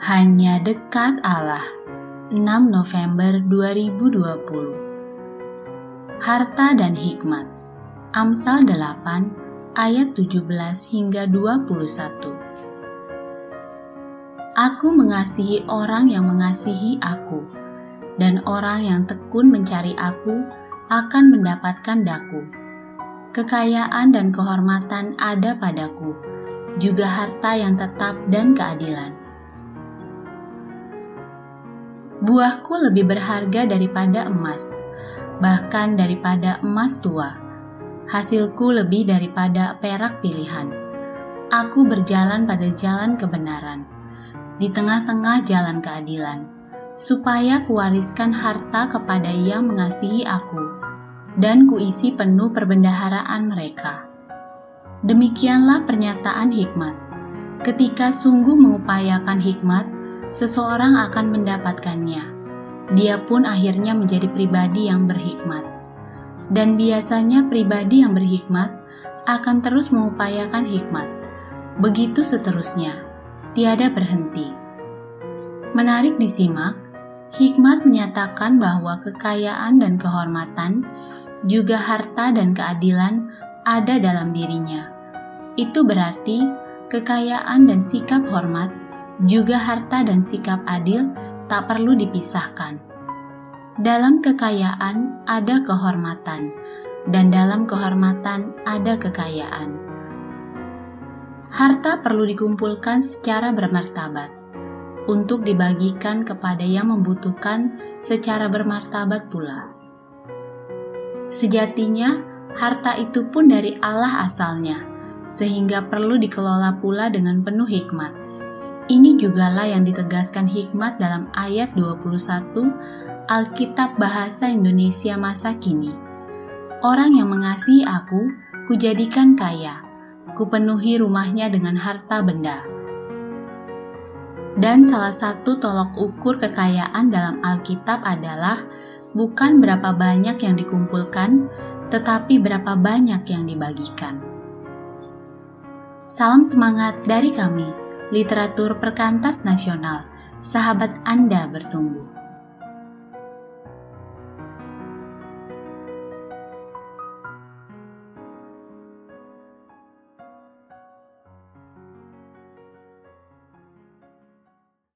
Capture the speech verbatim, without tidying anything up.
Hanya dekat Allah. enam November dua ribu dua puluh. Harta dan hikmat. Amsal delapan ayat tujuh belas hingga dua puluh satu. Aku mengasihi orang yang mengasihi aku, dan orang yang tekun mencari aku akan mendapatkan daku. Kekayaan dan kehormatan ada padaku, juga harta yang tetap dan keadilan. Buahku lebih berharga daripada emas, bahkan daripada emas tua. Hasilku lebih daripada perak pilihan. Aku berjalan pada jalan kebenaran, di tengah-tengah jalan keadilan, supaya kuwariskan harta kepada yang mengasihi aku, dan kuisi penuh perbendaharaan mereka. Demikianlah pernyataan hikmat. Ketika sungguh mengupayakan hikmat, seseorang akan mendapatkannya. Dia pun akhirnya menjadi pribadi yang berhikmat. Dan biasanya pribadi yang berhikmat akan terus mengupayakan hikmat. Begitu seterusnya, tiada berhenti. Menarik disimak, hikmat menyatakan bahwa kekayaan dan kehormatan, juga harta dan keadilan ada dalam dirinya. Itu berarti kekayaan dan sikap hormat, juga harta dan sikap adil tak perlu dipisahkan. Dalam kekayaan ada kehormatan, dan dalam kehormatan ada kekayaan. Harta perlu dikumpulkan secara bermartabat, untuk dibagikan kepada yang membutuhkan secara bermartabat pula. Sejatinya, harta itu pun dari Allah asalnya, sehingga perlu dikelola pula dengan penuh hikmat. Ini jugalah yang ditegaskan hikmat dalam ayat dua puluh satu Alkitab Bahasa Indonesia masa kini. Orang yang mengasihi aku, kujadikan kaya, kupenuhi rumahnya dengan harta benda. Dan salah satu tolok ukur kekayaan dalam Alkitab adalah bukan berapa banyak yang dikumpulkan, tetapi berapa banyak yang dibagikan. Salam semangat dari kami, Literatur Perkantas Nasional, sahabat Anda bertumbuh.